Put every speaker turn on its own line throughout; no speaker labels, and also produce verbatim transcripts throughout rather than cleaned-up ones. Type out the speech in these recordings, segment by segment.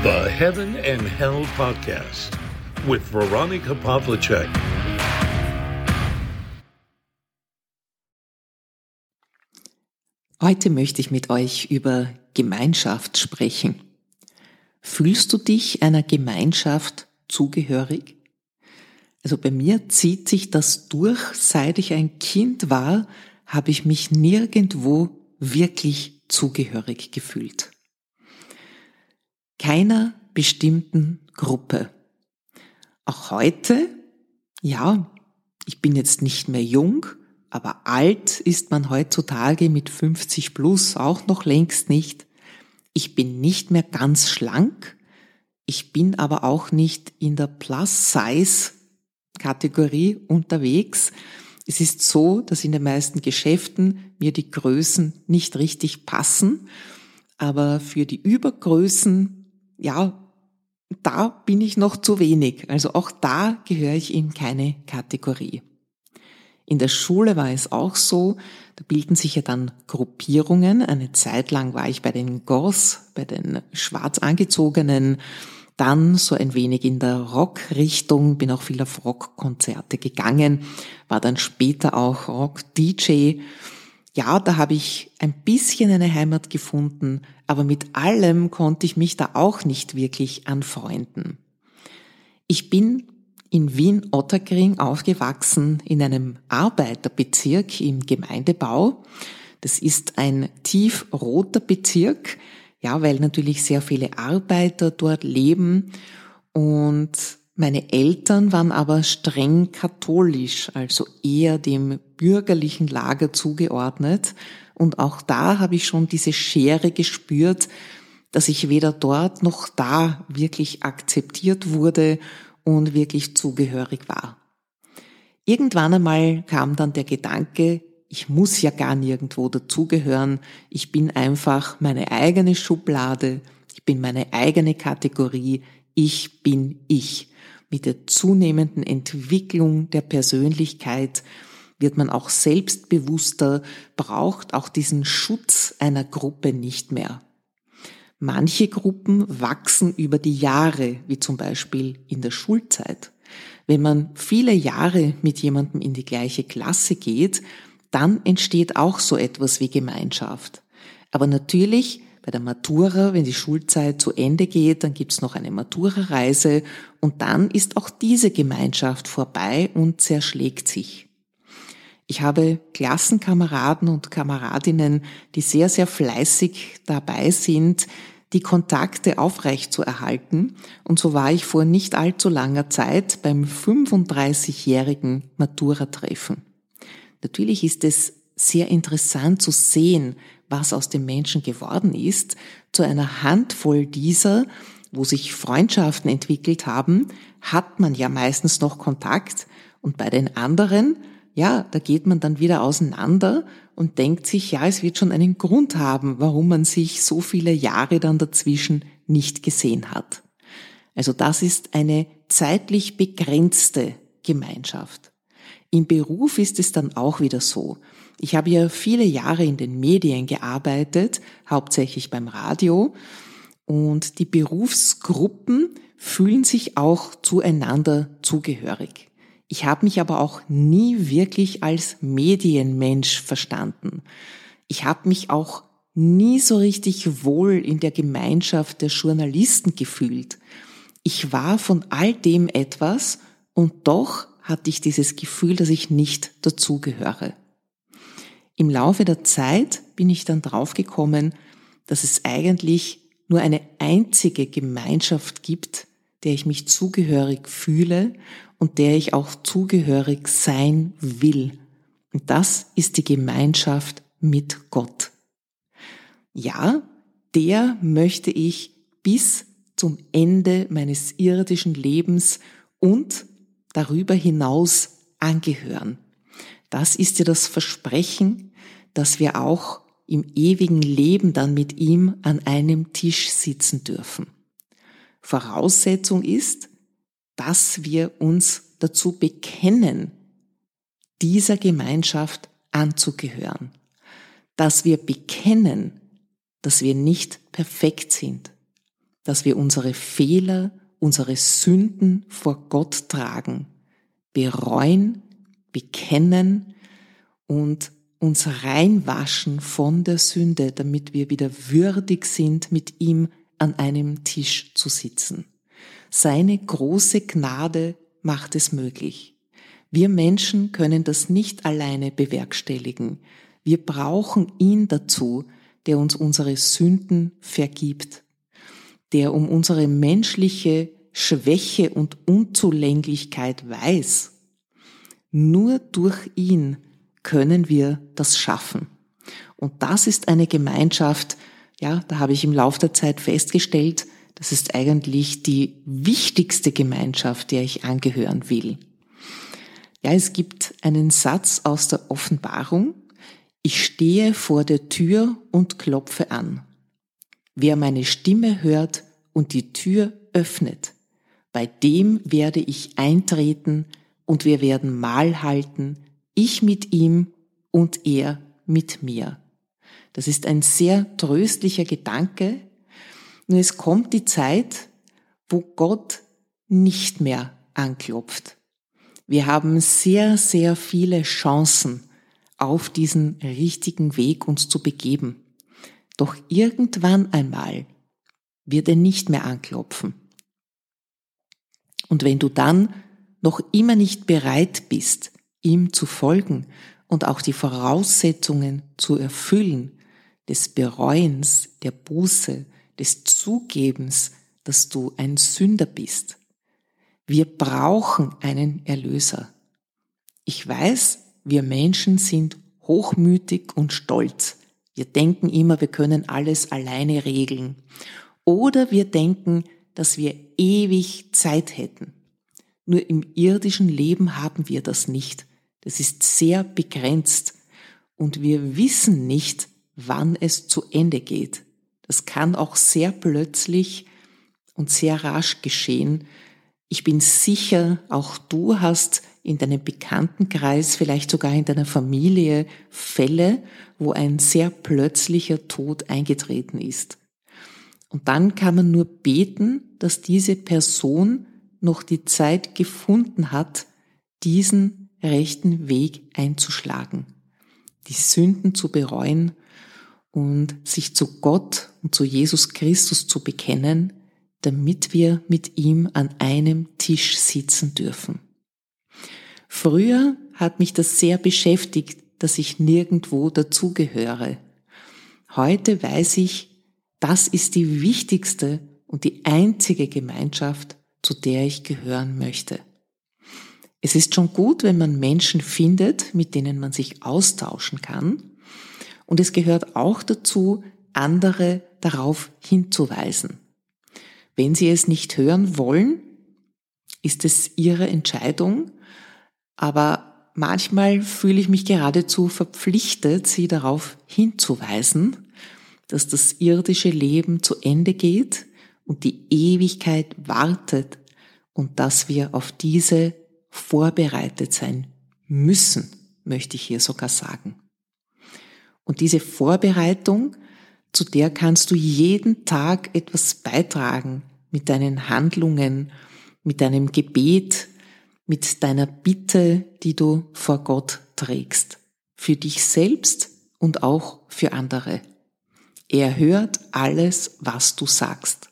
The Heaven and Hell Podcast with Veronica Pavlicek.
Heute möchte ich mit euch über Gemeinschaft sprechen. Fühlst du dich einer Gemeinschaft zugehörig? Also bei mir zieht sich das durch, seit ich ein Kind war, habe ich mich nirgendwo wirklich zugehörig gefühlt. Keiner bestimmten Gruppe. Auch heute, ja, ich bin jetzt nicht mehr jung, aber alt ist man heutzutage mit fünfzig plus auch noch längst nicht. Ich bin nicht mehr ganz schlank, ich bin aber auch nicht in der Plus-Size-Kategorie unterwegs. Es ist so, dass in den meisten Geschäften mir die Größen nicht richtig passen, aber für die Übergrößen, ja, da bin ich noch zu wenig. Also auch da gehöre ich in keine Kategorie. In der Schule war es auch so, da bilden sich ja dann Gruppierungen. Eine Zeit lang war ich bei den Goths, bei den schwarz angezogenen, dann so ein wenig in der Rock-Richtung, bin auch viel auf Rockkonzerte gegangen, war dann später auch Rock-D J. Ja, da habe ich ein bisschen eine Heimat gefunden, aber mit allem konnte ich mich da auch nicht wirklich anfreunden. Ich bin in Wien-Ottakring aufgewachsen, in einem Arbeiterbezirk im Gemeindebau. Das ist ein tiefroter Bezirk, ja, weil natürlich sehr viele Arbeiter dort leben, und meine Eltern waren aber streng katholisch, also eher dem bürgerlichen Lager zugeordnet. Und auch da habe ich schon diese Schere gespürt, dass ich weder dort noch da wirklich akzeptiert wurde und wirklich zugehörig war. Irgendwann einmal kam dann der Gedanke, ich muss ja gar nirgendwo dazugehören, ich bin einfach meine eigene Schublade, ich bin meine eigene Kategorie, ich bin ich. Mit der zunehmenden Entwicklung der Persönlichkeit wird man auch selbstbewusster, braucht auch diesen Schutz einer Gruppe nicht mehr. Manche Gruppen wachsen über die Jahre, wie zum Beispiel in der Schulzeit. Wenn man viele Jahre mit jemandem in die gleiche Klasse geht, dann entsteht auch so etwas wie Gemeinschaft. Aber natürlich bei der Matura, wenn die Schulzeit zu Ende geht, dann gibt's noch eine Matura-Reise und dann ist auch diese Gemeinschaft vorbei und zerschlägt sich. Ich habe Klassenkameraden und Kameradinnen, die sehr, sehr fleißig dabei sind, die Kontakte aufrechtzuerhalten. Und so war ich vor nicht allzu langer Zeit beim fünfunddreißigjährigen Matura-Treffen. Natürlich ist es sehr interessant zu sehen, was aus den Menschen geworden ist. Zu einer Handvoll dieser, wo sich Freundschaften entwickelt haben, hat man ja meistens noch Kontakt. Und bei den anderen, ja, da geht man dann wieder auseinander und denkt sich, ja, es wird schon einen Grund haben, warum man sich so viele Jahre dann dazwischen nicht gesehen hat. Also das ist eine zeitlich begrenzte Gemeinschaft. Im Beruf ist es dann auch wieder so. Ich habe ja viele Jahre in den Medien gearbeitet, hauptsächlich beim Radio, und die Berufsgruppen fühlen sich auch zueinander zugehörig. Ich habe mich aber auch nie wirklich als Medienmensch verstanden. Ich habe mich auch nie so richtig wohl in der Gemeinschaft der Journalisten gefühlt. Ich war von all dem etwas und doch hatte ich dieses Gefühl, dass ich nicht dazugehöre. Im Laufe der Zeit bin ich dann draufgekommen, dass es eigentlich nur eine einzige Gemeinschaft gibt, der ich mich zugehörig fühle und der ich auch zugehörig sein will. Und das ist die Gemeinschaft mit Gott. Ja, der möchte ich bis zum Ende meines irdischen Lebens und darüber hinaus angehören. Das ist ja das Versprechen, dass wir auch im ewigen Leben dann mit ihm an einem Tisch sitzen dürfen. Voraussetzung ist, dass wir uns dazu bekennen, dieser Gemeinschaft anzugehören. Dass wir bekennen, dass wir nicht perfekt sind, dass wir unsere Fehler, unsere Sünden vor Gott tragen, bereuen, bekennen und uns reinwaschen von der Sünde, damit wir wieder würdig sind, mit ihm an einem Tisch zu sitzen. Seine große Gnade macht es möglich. Wir Menschen können das nicht alleine bewerkstelligen. Wir brauchen ihn dazu, der uns unsere Sünden vergibt, der um unsere menschliche Schwäche und Unzulänglichkeit weiß. Nur durch ihn können wir das schaffen. Und das ist eine Gemeinschaft, ja, da habe ich im Laufe der Zeit festgestellt, das ist eigentlich die wichtigste Gemeinschaft, der ich angehören will. Ja, es gibt einen Satz aus der Offenbarung: Ich stehe vor der Tür und klopfe an. Wer meine Stimme hört und die Tür öffnet, bei dem werde ich eintreten und wir werden Mahl halten, ich mit ihm und er mit mir. Das ist ein sehr tröstlicher Gedanke. Nur es kommt die Zeit, wo Gott nicht mehr anklopft. Wir haben sehr, sehr viele Chancen, auf diesen richtigen Weg uns zu begeben. Doch irgendwann einmal wird er nicht mehr anklopfen. Und wenn du dann noch immer nicht bereit bist, ihm zu folgen und auch die Voraussetzungen zu erfüllen, des Bereuens, der Buße, des Zugebens, dass du ein Sünder bist. Wir brauchen einen Erlöser. Ich weiß, wir Menschen sind hochmütig und stolz. Wir denken immer, wir können alles alleine regeln. Oder wir denken, dass wir ewig Zeit hätten. Nur im irdischen Leben haben wir das nicht. Das ist sehr begrenzt. Und wir wissen nicht, wann es zu Ende geht. Das kann auch sehr plötzlich und sehr rasch geschehen. Ich bin sicher, auch du hast in deinem Bekanntenkreis, vielleicht sogar in deiner Familie Fälle, wo ein sehr plötzlicher Tod eingetreten ist. Und dann kann man nur beten, dass diese Person noch die Zeit gefunden hat, diesen rechten Weg einzuschlagen, die Sünden zu bereuen und sich zu Gott und zu Jesus Christus zu bekennen, damit wir mit ihm an einem Tisch sitzen dürfen. Früher hat mich das sehr beschäftigt, dass ich nirgendwo dazugehöre. Heute weiß ich, das ist die wichtigste und die einzige Gemeinschaft, zu der ich gehören möchte. Es ist schon gut, wenn man Menschen findet, mit denen man sich austauschen kann. Und es gehört auch dazu, andere darauf hinzuweisen. Wenn sie es nicht hören wollen, ist es ihre Entscheidung. Aber manchmal fühle ich mich geradezu verpflichtet, sie darauf hinzuweisen, dass das irdische Leben zu Ende geht und die Ewigkeit wartet und dass wir auf diese vorbereitet sein müssen, möchte ich hier sogar sagen. Und diese Vorbereitung, zu der kannst du jeden Tag etwas beitragen mit deinen Handlungen, mit deinem Gebet, mit deiner Bitte, die du vor Gott trägst, für dich selbst und auch für andere. Er hört alles, was du sagst.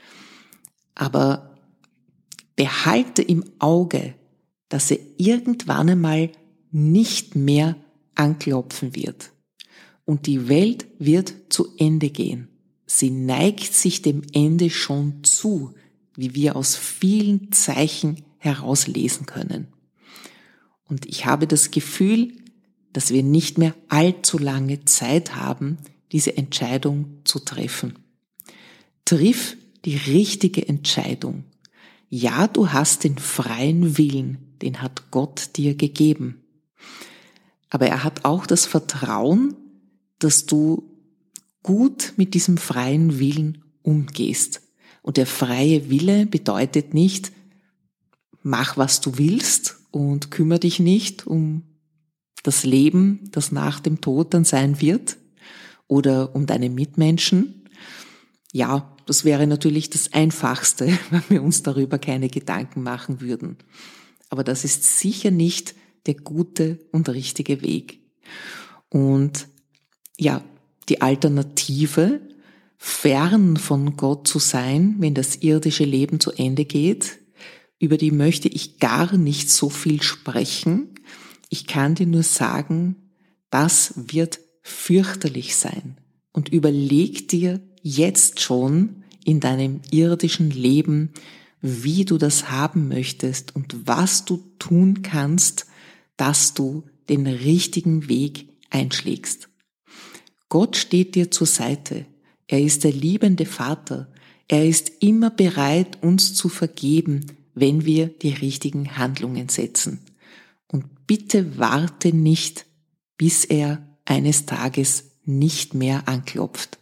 Aber behalte im Auge, dass er irgendwann einmal nicht mehr anklopfen wird. Und die Welt wird zu Ende gehen. Sie neigt sich dem Ende schon zu, wie wir aus vielen Zeichen herauslesen können. Und ich habe das Gefühl, dass wir nicht mehr allzu lange Zeit haben, diese Entscheidung zu treffen. Triff die richtige Entscheidung. Ja, du hast den freien Willen, den hat Gott dir gegeben. Aber er hat auch das Vertrauen, dass du gut mit diesem freien Willen umgehst. Und der freie Wille bedeutet nicht, mach, was du willst und kümmere dich nicht um das Leben, das nach dem Tod dann sein wird oder um deine Mitmenschen. Ja, das wäre natürlich das Einfachste, wenn wir uns darüber keine Gedanken machen würden. Aber das ist sicher nicht der gute und richtige Weg. Und ja, die Alternative, fern von Gott zu sein, wenn das irdische Leben zu Ende geht, über die möchte ich gar nicht so viel sprechen. Ich kann dir nur sagen, das wird fürchterlich sein. Und überleg dir jetzt schon in deinem irdischen Leben, wie du das haben möchtest und was du tun kannst, dass du den richtigen Weg einschlägst. Gott steht dir zur Seite. Er ist der liebende Vater. Er ist immer bereit, uns zu vergeben, wenn wir die richtigen Handlungen setzen. Und bitte warte nicht, bis er eines Tages nicht mehr anklopft.